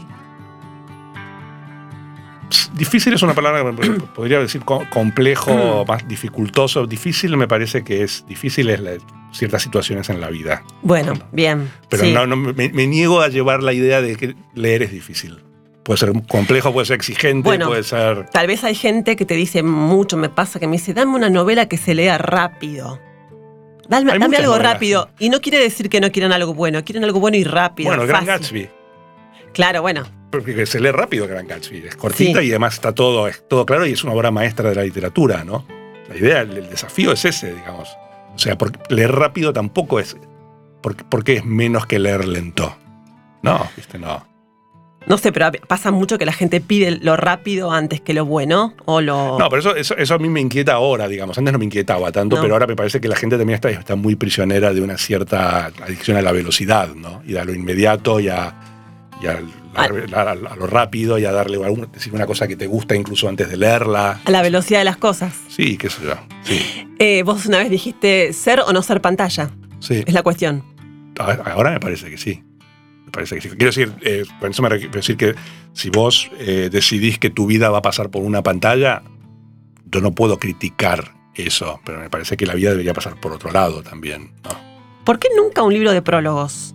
Difícil es una palabra que podría decir complejo, más dificultoso. Difícil me parece que es ciertas situaciones en la vida. Bueno, bien. Pero sí. me niego a llevar la idea de que leer es difícil. Puede ser complejo, puede ser exigente, puede ser... Tal vez hay gente que te dice mucho, me pasa que me dice, dame una novela que se lea rápido. Dame algo rápido. Y no quiere decir que no quieran algo bueno, quieren algo bueno y rápido. Bueno, Gran Gatsby. Claro, bueno. Porque se lee rápido Gran Gatsby. Es cortita y además está todo claro y es una obra maestra de la literatura, ¿no? La idea, el desafío es ese, digamos. O sea, leer rápido tampoco es... porque es menos que leer lento. No, no. No sé, pero pasa mucho que la gente pide lo rápido antes que lo bueno o lo... No, pero eso a mí me inquieta ahora, digamos. Antes no me inquietaba tanto, pero ahora me parece que la gente también está muy prisionera de una cierta adicción a la velocidad, ¿no? Y a lo inmediato y a lo rápido y a decir una cosa que te gusta incluso antes de leerla. A la velocidad de las cosas. Sí, qué sé yo. Sí. Vos una vez dijiste ser o no ser pantalla. Sí. Es la cuestión. Ahora me parece que sí. Quiero decir, con eso me refiero decir que si vos decidís que tu vida va a pasar por una pantalla, yo no puedo criticar eso, pero me parece que la vida debería pasar por otro lado también, ¿no? ¿Por qué nunca un libro de prólogos?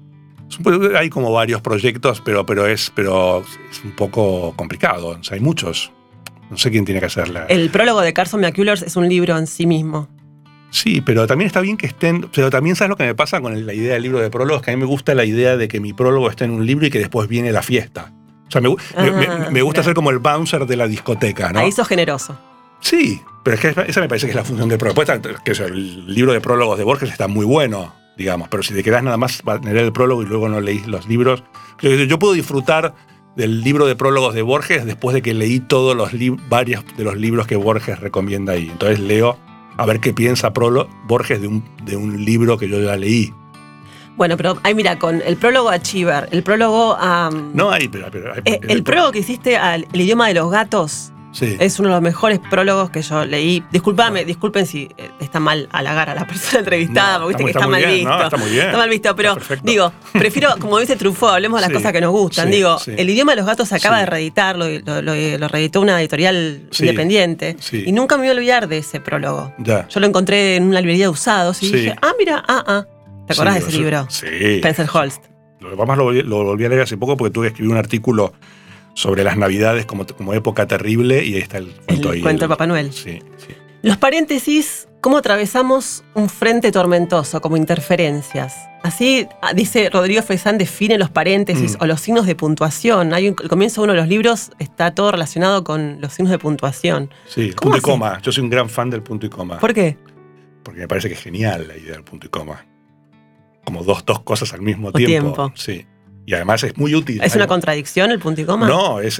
Hay como varios proyectos, pero es un poco complicado. O sea, hay muchos. No sé quién tiene que hacerla. El prólogo de Carson McCullers es un libro en sí mismo. Sí, pero también está bien que estén... Pero también, ¿sabes lo que me pasa con la idea del libro de prólogos? Que a mí me gusta la idea de que mi prólogo esté en un libro y que después viene la fiesta. O sea, me gusta ser como el bouncer de la discoteca, ¿no? Ahí sos generoso. Sí, pero es que esa me parece que es la función del prólogo. El libro de prólogos de Borges está muy bueno, digamos, pero si te quedás nada más para leer el prólogo y luego no leís los libros... Yo puedo disfrutar del libro de prólogos de Borges después de que leí todos varios de los libros que Borges recomienda ahí. Entonces leo... a ver qué piensa Borges de un libro que yo ya leí. Bueno, pero ahí mira, con el prólogo a Chiver, el prólogo a... No, hay... el prólogo que hiciste al El idioma de los gatos es uno de los mejores prólogos que yo leí. Disculpen si está mal halagar a la persona entrevistada, porque viste que está mal visto. No, está muy bien. Está mal visto, pero digo, prefiero, como dice Truffaut, hablemos de las cosas que nos gustan. El idioma de los gatos se acaba de reeditar, lo reeditó una editorial independiente, y nunca me voy a olvidar de ese prólogo. Ya. Yo lo encontré en una librería de usados y dije, mira, ¿te acordás de ese libro? Sí. Spencer Holst. Además lo volví a leer hace poco porque tuve que escribir un artículo sobre las Navidades como época terrible y ahí está el cuento. El cuento de Papá Noel. Sí. Los paréntesis, ¿cómo atravesamos un frente tormentoso como interferencias? Así, dice Rodrigo Feizán, define los paréntesis o los signos de puntuación. El comienzo de uno de los libros está todo relacionado con los signos de puntuación. Sí, el punto y coma. Yo soy un gran fan del punto y coma. ¿Por qué? Porque me parece que es genial la idea del punto y coma. Como dos cosas al mismo tiempo. Sí. Y además es muy útil. ¿Es una contradicción el punto y coma? No, es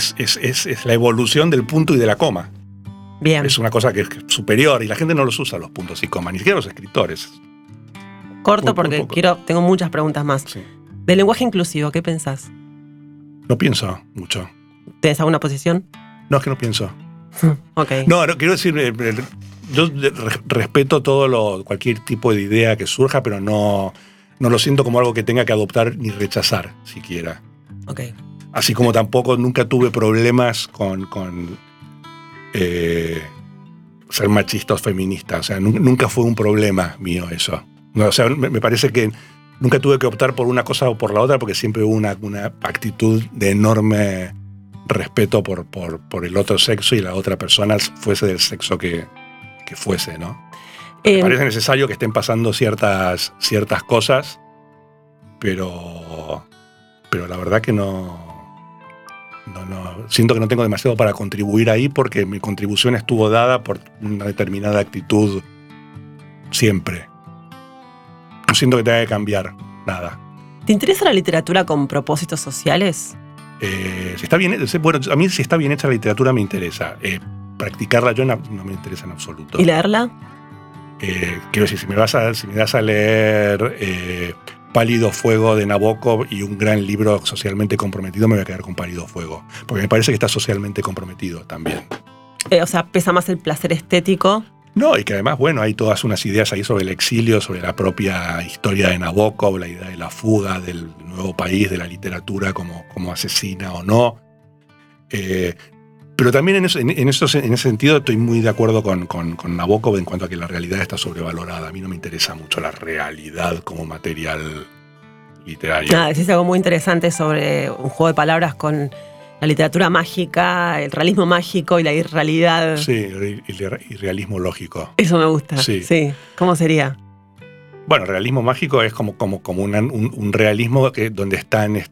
la evolución del punto y de la coma. Bien. Es una cosa que es superior y la gente no los usa los puntos y comas, ni siquiera los escritores. Corto porque tengo muchas preguntas más. Sí. Del lenguaje inclusivo, ¿qué pensás? No pienso mucho. ¿Tenés alguna posición? No, es que no pienso. Ok. No, quiero decir, yo respeto cualquier tipo de idea que surja, pero no lo siento como algo que tenga que adoptar ni rechazar siquiera. Ok. Así como tampoco nunca tuve problemas con ser machista o feminista. O sea, nunca fue un problema mío eso. No, o sea, me parece que nunca tuve que optar por una cosa o por la otra porque siempre hubo una actitud de enorme respeto por el otro sexo y la otra persona fuese del sexo que fuese, ¿no? Me parece necesario que estén pasando ciertas cosas, pero pero la verdad que no, siento que no tengo demasiado para contribuir ahí porque mi contribución estuvo dada por una determinada actitud siempre. No siento que tenga que cambiar nada. ¿Te interesa la literatura con propósitos sociales? Si está bien, bueno, a mí si está bien hecha la literatura me interesa. Practicarla yo no me interesa en absoluto. ¿Y leerla? Quiero decir, si me das a leer Pálido Fuego de Nabokov y un gran libro socialmente comprometido, me voy a quedar con Pálido Fuego. Porque me parece que está socialmente comprometido también. O sea, pesa más el placer estético. No, y que además, bueno, hay todas unas ideas ahí sobre el exilio, sobre la propia historia de Nabokov, la idea de la fuga del nuevo país, de la literatura como asesina o no. Pero también en ese sentido estoy muy de acuerdo con Nabokov en cuanto a que la realidad está sobrevalorada. A mí no me interesa mucho la realidad como material literario. Decís algo muy interesante sobre un juego de palabras con la literatura mágica, el realismo mágico y la irrealidad. Sí, y realismo lógico. Eso me gusta. Sí. ¿Cómo sería? Bueno, realismo mágico es como un realismo donde están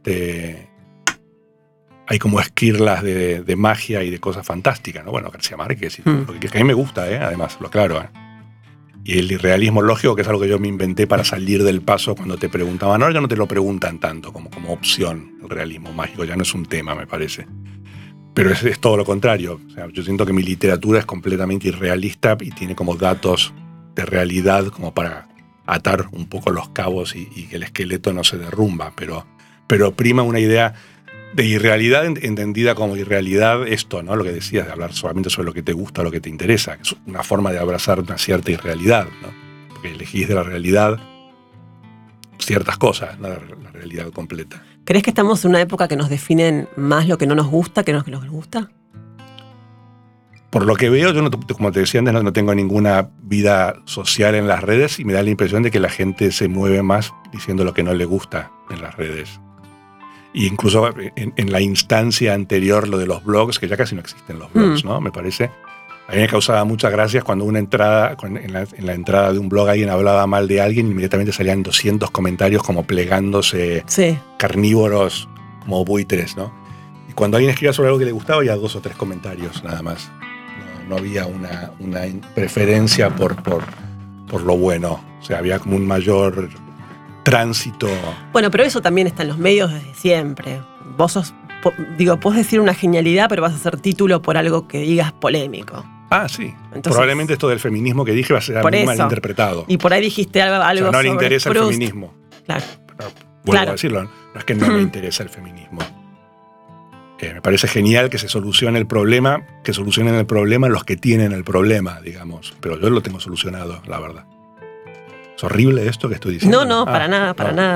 hay como esquirlas de magia y de cosas fantásticas, ¿no? Bueno, García Márquez, que a mí me gusta, además, lo aclaro. Y el irrealismo lógico, que es algo que yo me inventé para salir del paso cuando te preguntaban. Ahora ya no te lo preguntan tanto como opción. El realismo mágico ya no es un tema, me parece. Pero es todo lo contrario. O sea, yo siento que mi literatura es completamente irrealista y tiene como datos de realidad como para atar un poco los cabos y que el esqueleto no se derrumba. Pero prima una idea de irrealidad entendida como irrealidad, esto, ¿no? Lo que decías, de hablar solamente sobre lo que te gusta, lo que te interesa. Es una forma de abrazar una cierta irrealidad, ¿no? Porque elegís de la realidad ciertas cosas, no la realidad completa. ¿Crees que estamos en una época que nos definen más lo que no nos gusta que lo que nos gusta? Por lo que veo, yo, como te decía antes, no tengo ninguna vida social en las redes y me da la impresión de que la gente se mueve más diciendo lo que no le gusta en las redes. Y incluso en la instancia anterior, lo de los blogs, que ya casi no existen los blogs, ¿no? Me parece. A mí me causaba muchas gracias cuando en la entrada de un blog alguien hablaba mal de alguien, inmediatamente salían 200 comentarios como plegándose, carnívoros, como buitres, ¿no? Y cuando alguien escribía sobre algo que le gustaba, había 2 o 3 comentarios, nada más. No había una preferencia por lo bueno. O sea, había como un mayor tránsito. Bueno, pero eso también está en los medios desde siempre. Vos podés decir una genialidad, pero vas a hacer título por algo que digas polémico. Sí. Entonces, probablemente esto del feminismo que dije va a ser muy mal interpretado. Y por ahí dijiste algo o sea, no sobre le interesa Proust. el feminismo. Claro. Pero vuelvo a decirlo, no es que no me interesa el feminismo. Me parece genial que solucionen el problema los que tienen el problema, digamos. Pero yo lo tengo solucionado, la verdad. ¿Es horrible esto que estoy diciendo? No, para nada.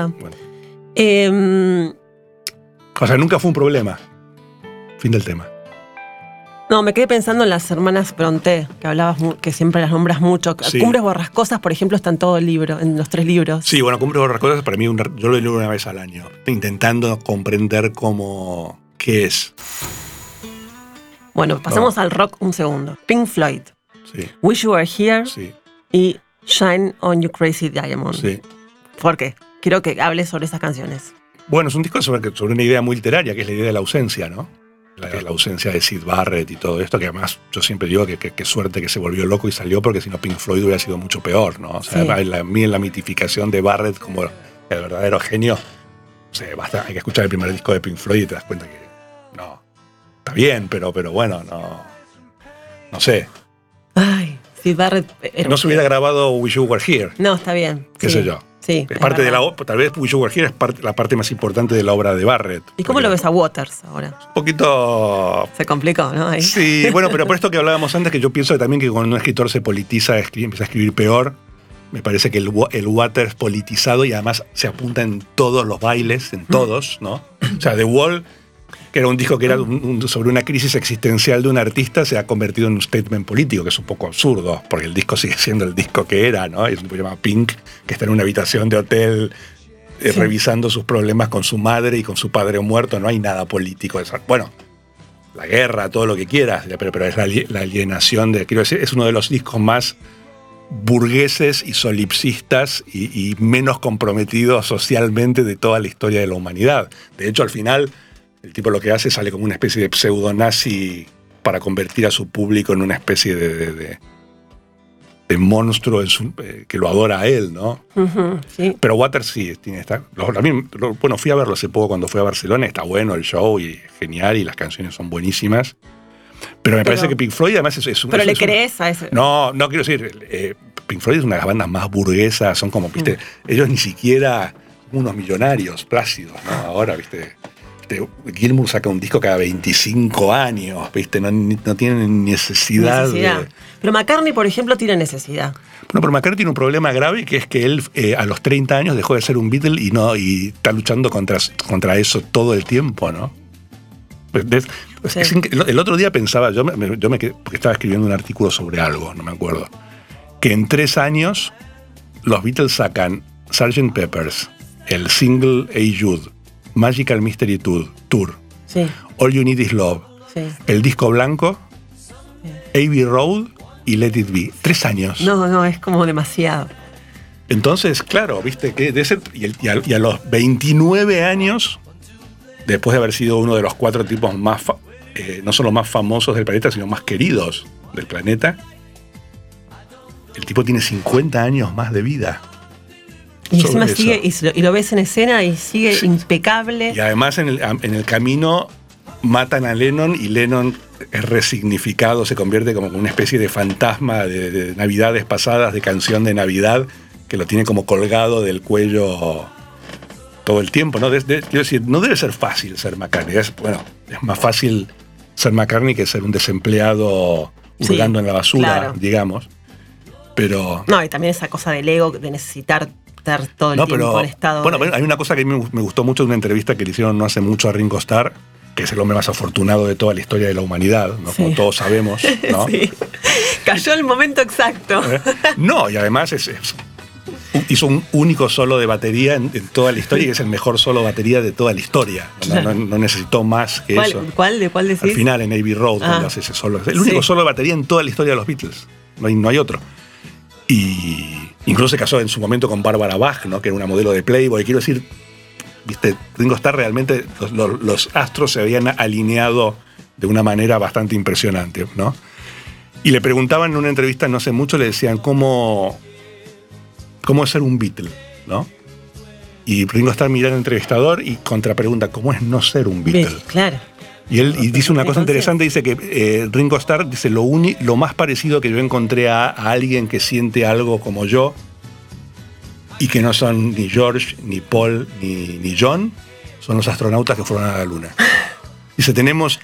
Bueno. O sea, nunca fue un problema. Fin del tema. No, me quedé pensando en las hermanas Brontë, que hablabas, que siempre las nombras mucho. Sí. Cumbres Borrascosas, por ejemplo, está en todo el libro, en los 3 libros. Sí, bueno, Cumbres Borrascosas para mí yo lo leo una vez al año, intentando comprender qué es. Bueno, pasamos al rock un segundo. Pink Floyd. Sí. Wish You Were Here. Sí. Y Shine On You Crazy Diamond. Sí. ¿Por qué? Quiero que hables sobre esas canciones. Bueno, es un disco sobre una idea muy literaria, que es la idea de la ausencia, ¿no? La ausencia de Syd Barrett y todo esto, que además yo siempre digo que suerte que se volvió loco y salió, porque si no Pink Floyd hubiera sido mucho peor, ¿no? O sea, a mí en la mitificación de Barrett como el verdadero genio, o sea, hay que escuchar el primer disco de Pink Floyd y te das cuenta que no, está bien, pero bueno, no sé. Ay, Syd Barrett... No se hubiera grabado Wish You Were Here. No, está bien. ¿Qué sé yo? Sí, es parte de tal vez Wish You Were Here es la parte más importante de la obra de Barrett. ¿Y cómo lo ves a Waters ahora? Un poquito... Se complicó, ¿no? Ahí. Sí, bueno, pero por esto que hablábamos antes, que yo pienso también que cuando un escritor se politiza, empieza a escribir peor. Me parece que el Waters politizado y además se apunta en todos los bailes, en todos, ¿no? O sea, The Wall, que era un disco que era sobre una crisis existencial de un artista, se ha convertido en un statement político, que es un poco absurdo, porque el disco sigue siendo el disco que era, ¿no? Es un tipo llamado Pink, que está en una habitación de hotel revisando sus problemas con su madre y con su padre muerto. No hay nada político. Bueno, la guerra, todo lo que quieras, pero es la alienación quiero decir, es uno de los discos más burgueses y solipsistas y menos comprometidos socialmente de toda la historia de la humanidad. De hecho, al final, el tipo lo que hace sale como una especie de pseudo-nazi para convertir a su público en una especie de monstruo que lo adora a él, ¿no? Ujú, sí. Pero Waters sí, bueno, fui a verlo hace poco cuando fui a Barcelona, está bueno el show y genial y las canciones son buenísimas. Pero me parece que Pink Floyd además es un... ¿Pero le crees a eso? No quiero decir, Pink Floyd es una de las bandas más burguesas, son como, viste, ellos ni siquiera unos millonarios plácidos, ¿no? Ahora, viste, Gilmour saca un disco cada 25 años, viste, no tienen necesidad de... Pero McCartney, por ejemplo, tiene necesidad. Bueno, pero McCartney tiene un problema grave, que es que él a los 30 años dejó de ser un Beatle y está luchando contra eso todo el tiempo, ¿no? Sí. El otro día pensaba, yo me quedé, porque estaba escribiendo un artículo sobre algo, no me acuerdo, que en 3 años los Beatles sacan Sgt. Pepper's, el single Hey Jude, Magical Mystery Tour, Sí. All You Need Is Love, Sí. el disco blanco, Abbey Road y Let It Be. 3 años. No, es como demasiado. Entonces, claro, viste que y a los 29 años, después de haber sido uno de los 4 tipos más, no solo más famosos del planeta, sino más queridos del planeta, el tipo tiene 50 años más de vida. Y encima Sobre sigue, eso. y lo ves en escena y sigue Sí. impecable. Y además en el camino matan a Lennon y Lennon es resignificado, se convierte como una especie de fantasma de navidades pasadas, de canción de Navidad, que lo tiene como colgado del cuello todo el tiempo, ¿no? Quiero decir, no debe ser fácil ser McCartney. Es más fácil ser McCartney que ser un desempleado hurgando en la basura, claro. digamos. Pero... No, y también esa cosa del ego de necesitar estar todo el tiempo en estado. Bueno, hay una cosa que a mí me gustó mucho de una entrevista que le hicieron no hace mucho a Ringo Starr, que es el hombre más afortunado de toda la historia de la humanidad, ¿no? Sí. Como todos sabemos, ¿no? Sí. Cayó el momento exacto. No, y además hizo un único solo de batería en toda la historia y es el mejor solo de batería de toda la historia. No necesitó más que eso. ¿De cuál decís? Al final en Abbey Road, cuando hace ese solo. El único solo de batería en toda la historia de los Beatles. No hay otro. Y incluso se casó en su momento con Barbara Bach, ¿no? Que era una modelo de Playboy. Quiero decir, viste, Ringo Starr realmente, los astros se habían alineado de una manera bastante impresionante, ¿no? Y le preguntaban en una entrevista no hace mucho, le decían cómo es ser un Beatle, ¿no? Y Ringo Starr mira al entrevistador y contrapregunta, ¿cómo es no ser un Beatle? Claro. Y él dice una cosa interesante, dice que Ringo Starr dice lo más parecido que yo encontré a alguien que siente algo como yo y que no son ni George, ni Paul, ni John, son los astronautas que fueron a la Luna. Dice, tenemos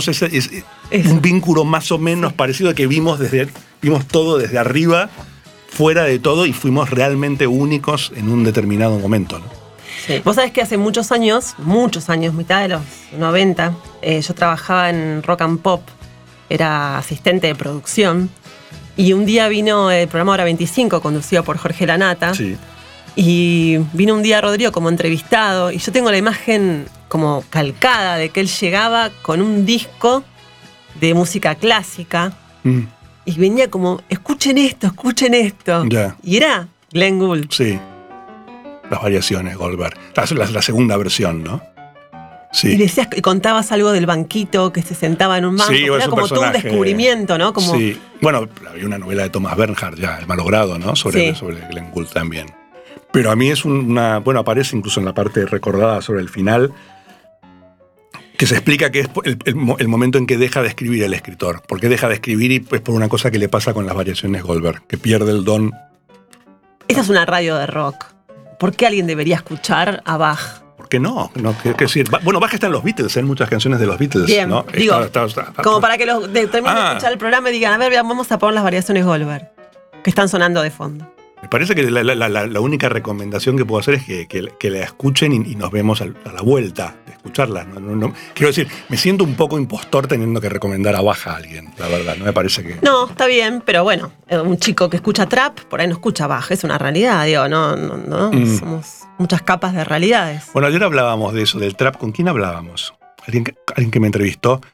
un vínculo más o menos parecido que vimos todo desde arriba, fuera de todo, y fuimos realmente únicos en un determinado momento, ¿no? Sí. Vos sabés que hace muchos años, mitad de los 90, yo trabajaba en Rock and Pop, era asistente de producción, y un día vino el programa Hora 25, conducido por Jorge Lanata, Sí. y vino un día Rodrigo como entrevistado, y yo tengo la imagen como calcada de que él llegaba con un disco de música clásica, y venía como, escuchen esto, Ya. y era Glenn Gould. Sí. Las variaciones, Goldberg. La segunda versión, ¿no? Sí. Y decías, y contabas algo del banquito que se sentaba en un banco. Sí, Era es un como todo un personaje. descubrimiento, ¿no? Como, Sí. Bueno, había una novela de Thomas Bernhard ya, El malogrado, ¿no? Sobre Glenn Gould también. Pero a mí es bueno, aparece incluso en la parte recordada sobre el final, que se explica que es el momento en que deja de escribir el escritor. Porque deja de escribir y es por una cosa que le pasa con las variaciones Goldberg, que pierde el don. Esta es una radio de rock. ¿Por qué alguien debería escuchar a Bach? ¿Por qué no? Quiero decir, bueno, Bach está en los Beatles, en muchas canciones de los Beatles, Bien, ¿no? digo, como para que los terminen de escuchar el programa y digan, a ver, vamos a poner las variaciones Goldberg, que están sonando de fondo. Me parece que la única recomendación que puedo hacer es que la escuchen y nos vemos a la vuelta de escucharla. No, quiero decir, me siento un poco impostor teniendo que recomendar a Bach a alguien, la verdad. No me parece que... No, está bien, pero bueno, un chico que escucha trap, por ahí no escucha Bach, es una realidad, digo, no. Somos muchas capas de realidades. Bueno, ayer hablábamos de eso, del trap. ¿Con quién hablábamos? Alguien que me entrevistó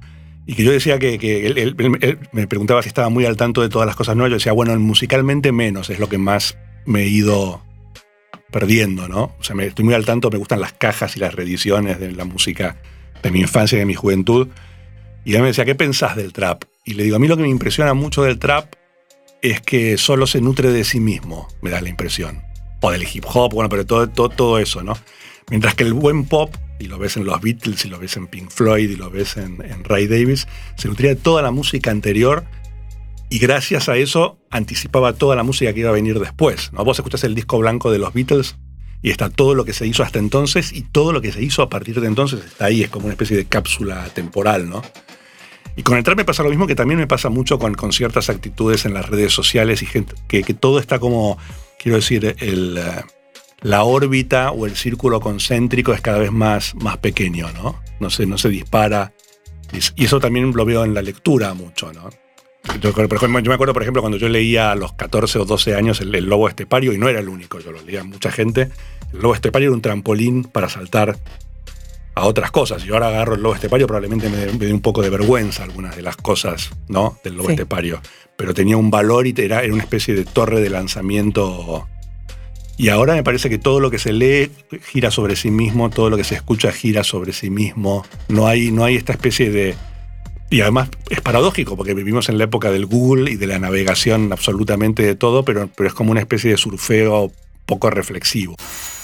Y que yo decía que él me preguntaba si estaba muy al tanto de todas las cosas nuevas. Yo decía, bueno, musicalmente menos, es lo que más me he ido perdiendo, ¿no? O sea, estoy muy al tanto, me gustan las cajas y las reediciones de la música de mi infancia y de mi juventud. Y él me decía, ¿qué pensás del trap? Y le digo, a mí lo que me impresiona mucho del trap es que solo se nutre de sí mismo, me da la impresión. O del hip hop, bueno, pero todo eso, ¿no? Mientras que el buen pop, y lo ves en los Beatles, y lo ves en Pink Floyd, y lo ves en Ray Davies, se nutría de toda la música anterior y gracias a eso anticipaba toda la música que iba a venir después, ¿no? Vos escuchás el disco blanco de los Beatles y está todo lo que se hizo hasta entonces y todo lo que se hizo a partir de entonces está ahí, es como una especie de cápsula temporal, ¿no? Y con el trap me pasa lo mismo que también me pasa mucho con ciertas actitudes en las redes sociales y gente que todo está como, quiero decir, la órbita o el círculo concéntrico es cada vez más pequeño, ¿no? No se dispara. Y eso también lo veo en la lectura mucho, ¿no? Yo me acuerdo, por ejemplo, cuando yo leía a los 14 o 12 años el Lobo Estepario, y no era el único, yo lo leía mucha gente. El Lobo Estepario era un trampolín para saltar a otras cosas. Y ahora agarro el Lobo Estepario, probablemente me dé un poco de vergüenza algunas de las cosas, ¿no? Del Lobo Estepario. Pero tenía un valor y era una especie de torre de lanzamiento. Y ahora me parece que todo lo que se lee gira sobre sí mismo, todo lo que se escucha gira sobre sí mismo. No hay esta especie de... Y además es paradójico, porque vivimos en la época del Google y de la navegación absolutamente de todo, pero es como una especie de surfeo poco reflexivo.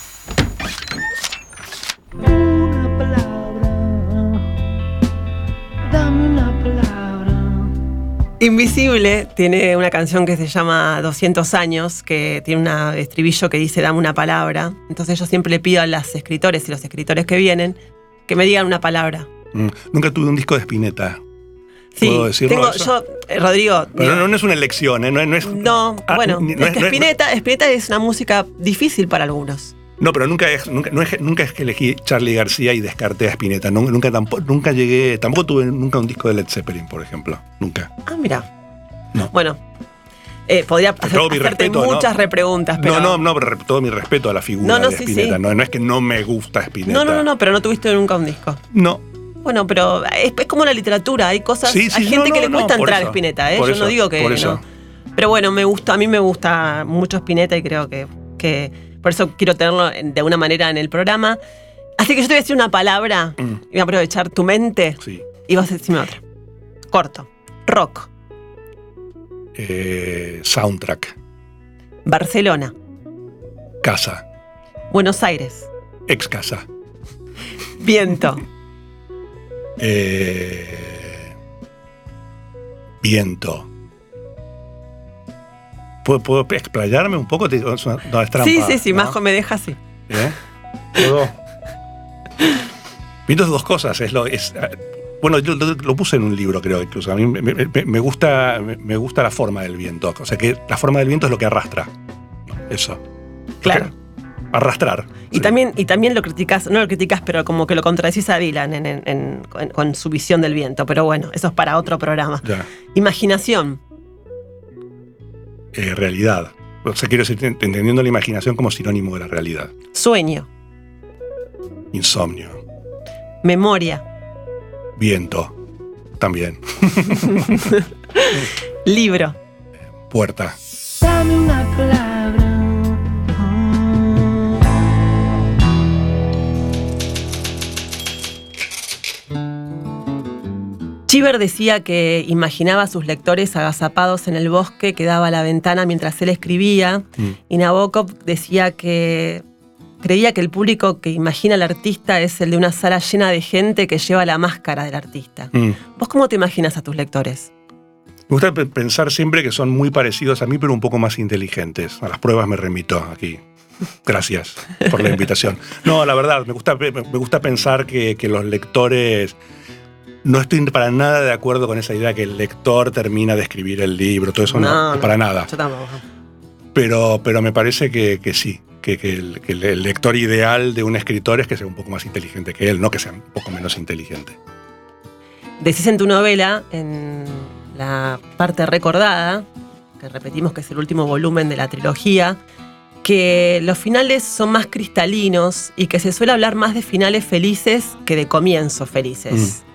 Una palabra, dame una palabra. Invisible tiene una canción que se llama 200 años, que tiene un estribillo que dice dame una palabra. Entonces yo siempre le pido a los escritores y los escritores que vienen que me digan una palabra. Nunca tuve un disco de Spinetta. Sí, ¿Puedo decirlo eso? Rodrigo... Pero no es una elección, ¿eh? No es Spinetta es una música difícil para algunos. No, pero nunca es que elegí Charly García y descarté a Spinetta. Nunca llegué... Tampoco tuve nunca un disco de Led Zeppelin, por ejemplo. Nunca. Ah, mira. No. Bueno, podría hacerte muchas repreguntas, pero... No, pero todo mi respeto a la figura de Spinetta. Sí. No es que no me gusta Spinetta. No, pero no tuviste nunca un disco. No. Bueno, pero es como la literatura, hay cosas, hay gente que le cuesta entrar a Spinetta, ¿eh? Yo no digo que no. Pero bueno, a mí me gusta mucho Spinetta y creo que por eso quiero tenerlo de alguna manera en el programa. Así que yo te voy a decir una palabra y voy a aprovechar tu mente y vas a decirme otra. Corto. Rock. Soundtrack. Barcelona. Casa. Buenos Aires. Ex casa. Viento. Viento. ¿Puedo explayarme un poco? No, es trampa, Sí, ¿no? Majo me deja así. ¿Puedo? Viento es dos cosas. Bueno, yo lo puse en un libro, creo, incluso. A mí me gusta la forma del viento. O sea, que la forma del viento es lo que arrastra. Eso. Claro. Arrastrar. Y también lo criticas, no lo criticas, pero como que lo contradecís a Dylan con su visión del viento. Pero bueno, eso es para otro programa. Ya. Imaginación. Realidad. O sea, quiero decir, entendiendo la imaginación como sinónimo de la realidad. Sueño. Insomnio. Memoria. Viento. También. Libro. Puerta. Dame una palabra. Cheever decía que imaginaba a sus lectores agazapados en el bosque que daba a la ventana mientras él escribía. Y Nabokov decía que creía que el público que imagina al artista es el de una sala llena de gente que lleva la máscara del artista. ¿Vos cómo te imaginas a tus lectores? Me gusta pensar siempre que son muy parecidos a mí, pero un poco más inteligentes. A las pruebas me remito aquí. Gracias por la invitación. No, la verdad, me gusta pensar que los lectores... No estoy para nada de acuerdo con esa idea que el lector termina de escribir el libro. Todo eso no, para nada. Yo tampoco. Pero me parece que sí. Que el lector ideal de un escritor es que sea un poco más inteligente que él, no que sea un poco menos inteligente. Decís en tu novela, en la parte recordada, que repetimos que es el último volumen de la trilogía, que los finales son más cristalinos y que se suele hablar más de finales felices que de comienzos felices.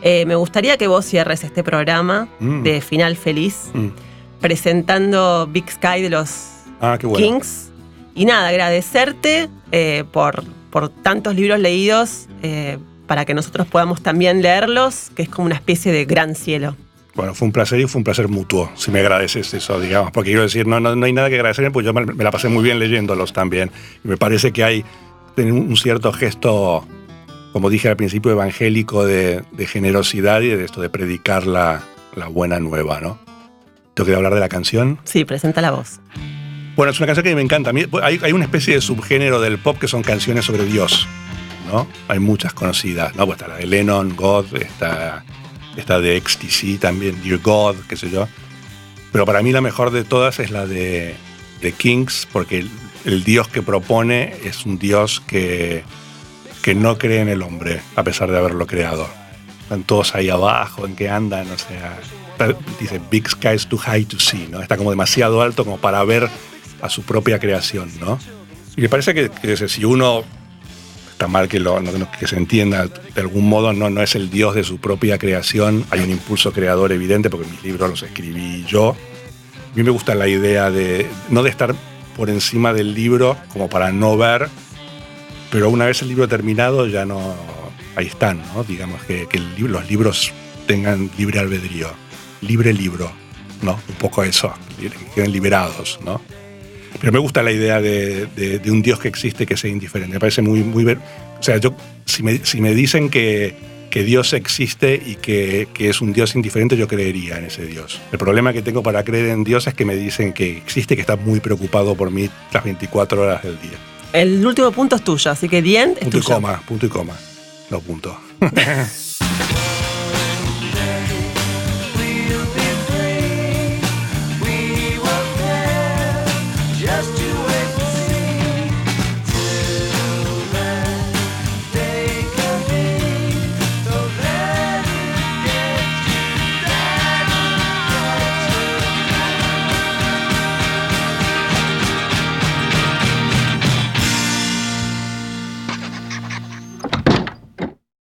Me gustaría que vos cierres este programa de Final Feliz presentando Big Sky de los Qué bueno. Kings. Y nada, agradecerte por tantos libros leídos para que nosotros podamos también leerlos, que es como una especie de gran cielo. Bueno, fue un placer y fue un placer mutuo, si me agradeces eso, digamos. Porque quiero decir, no hay nada que agradecerme, pues yo me la pasé muy bien leyéndolos también. Y me parece que hay un cierto gesto, como dije al principio, evangélico de generosidad y de esto de predicar la buena nueva, ¿no? ¿Tengo que hablar de la canción? Sí, presenta la voz. Bueno, es una canción que me encanta. A mí, hay una especie de subgénero del pop que son canciones sobre Dios, ¿no? Hay muchas conocidas, ¿no? Pues está la de Lennon, God, está de XTC también, Dear God, qué sé yo. Pero para mí la mejor de todas es la de Kings, porque el Dios que propone es un Dios que no cree en el hombre, a pesar de haberlo creado. Están todos ahí abajo, en qué andan, o sea... Dice, Big Sky is too high to see, ¿no? Está como demasiado alto como para ver a su propia creación, ¿no? Y me parece que si uno... Está mal que se entienda, de algún modo no es el Dios de su propia creación. Hay un impulso creador evidente, porque mis libros los escribí yo. A mí me gusta la idea no de estar por encima del libro como para no ver, pero una vez el libro terminado ya no... Ahí están, ¿no? Digamos que los libros tengan libre albedrío, libre libro, ¿no? Un poco eso, que queden liberados, ¿no? Pero me gusta la idea de un Dios que existe, que sea indiferente. Me parece muy... O sea, si me dicen que Dios existe y que es un Dios indiferente, yo creería en ese Dios. El problema que tengo para creer en Dios es que me dicen que existe y que está muy preocupado por mí las 24 horas del día. El último punto es tuyo, así que the end es tuyo. Punto y coma. No punto.